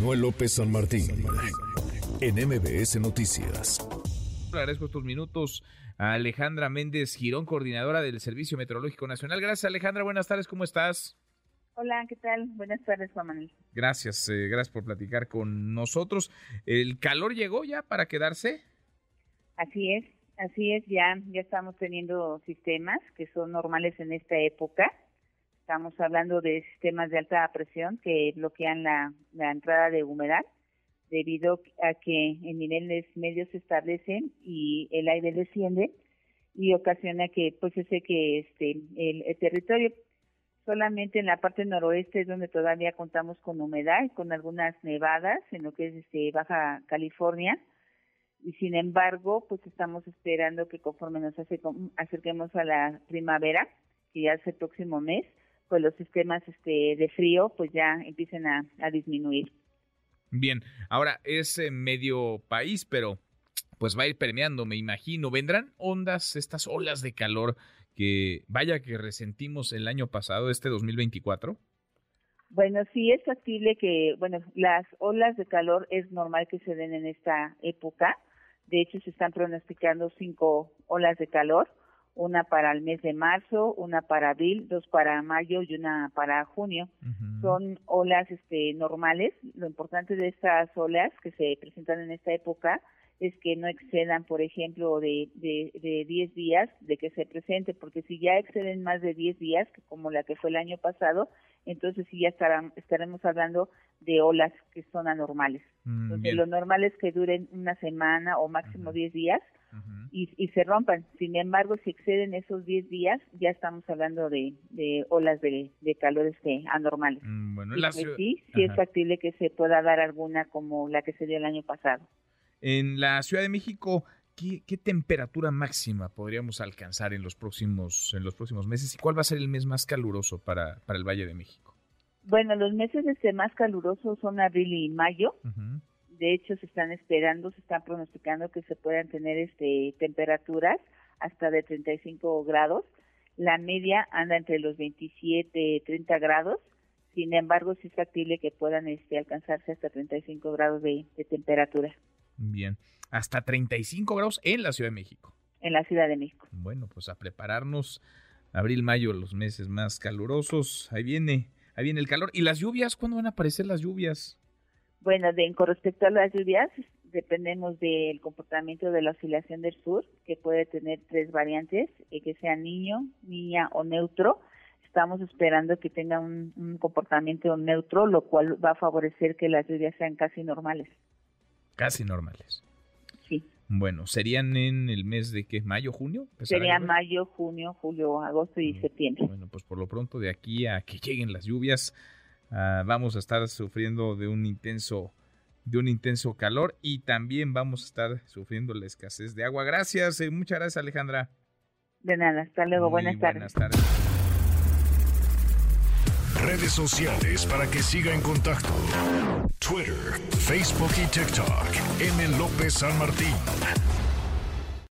Manuel López San Martín, en MBS Noticias. Agradezco estos minutos a Alejandra Méndez Girón, coordinadora del Servicio Meteorológico Nacional. Gracias, Alejandra. Buenas tardes, ¿cómo estás? Hola, ¿qué tal? Buenas tardes, Juan Manuel. Gracias por platicar con nosotros. ¿El calor llegó ya para quedarse? Así es, ya estamos teniendo sistemas que son normales en esta época. Estamos hablando de sistemas de alta presión que bloquean la entrada de humedad debido a que en niveles medios se establecen y el aire desciende y ocasiona que pues se seque el territorio. Solamente en la parte noroeste es donde todavía contamos con humedad y con algunas nevadas en lo que es Baja California. Y sin embargo, pues estamos esperando que conforme nos acerquemos a la primavera, que ya es el próximo mes, pues los sistemas de frío pues ya empiecen a disminuir. Bien, ahora es medio país, pero pues va a ir permeando, me imagino. ¿Vendrán estas olas de calor que resentimos el año pasado, 2024? Bueno, sí es factible que, las olas de calor es normal que se den en esta época. De hecho, se están pronosticando 5 olas de calor, una para el mes de marzo, una para abril, 2 para mayo y una para junio. Uh-huh. Son olas normales. Lo importante de estas olas que se presentan en esta época es que no excedan, por ejemplo, de 10 días de que se presente, porque si ya exceden más de 10 días, como la que fue el año pasado, entonces sí ya estaremos hablando de olas que son anormales. Entonces, bien. Lo normal es que duren una semana o máximo 10 días y se rompan. Sin embargo, si exceden esos 10 días, ya estamos hablando de olas de calor anormales. Bueno, sí es factible que se pueda dar alguna como la que se dio el año pasado. En la Ciudad de México, ¿qué temperatura máxima podríamos alcanzar en los próximos meses? ¿Y cuál va a ser el mes más caluroso para el Valle de México? Bueno, los meses más calurosos son abril y mayo. Uh-huh. De hecho, se están pronosticando que se puedan tener temperaturas hasta de 35 grados. La media anda entre los 27 y 30 grados. Sin embargo, sí es factible que puedan alcanzarse hasta 35 grados de temperatura. Bien, hasta 35 grados en la Ciudad de México. En la Ciudad de México. Bueno, pues a prepararnos. Abril, mayo, los meses más calurosos. Ahí viene el calor. ¿Y las lluvias? ¿Cuándo van a aparecer las lluvias? Bueno, con respecto a las lluvias, dependemos del comportamiento de la oscilación del sur, que puede tener 3 variantes, que sea niño, niña o neutro. Estamos esperando que tenga un comportamiento neutro, lo cual va a favorecer que las lluvias sean casi normales. Casi normales. Sí. Bueno, ¿serían en el mes de qué? ¿Mayo, junio? Sería mayo, junio, julio, agosto y septiembre. Bueno, pues por lo pronto de aquí a que lleguen las lluvias, vamos a estar sufriendo de un intenso calor y también vamos a estar sufriendo la escasez de agua. Gracias, muchas gracias, Alejandra. De nada, hasta luego, buenas tardes. Redes sociales para que siga en contacto: Twitter, Facebook y TikTok. M. López San Martín.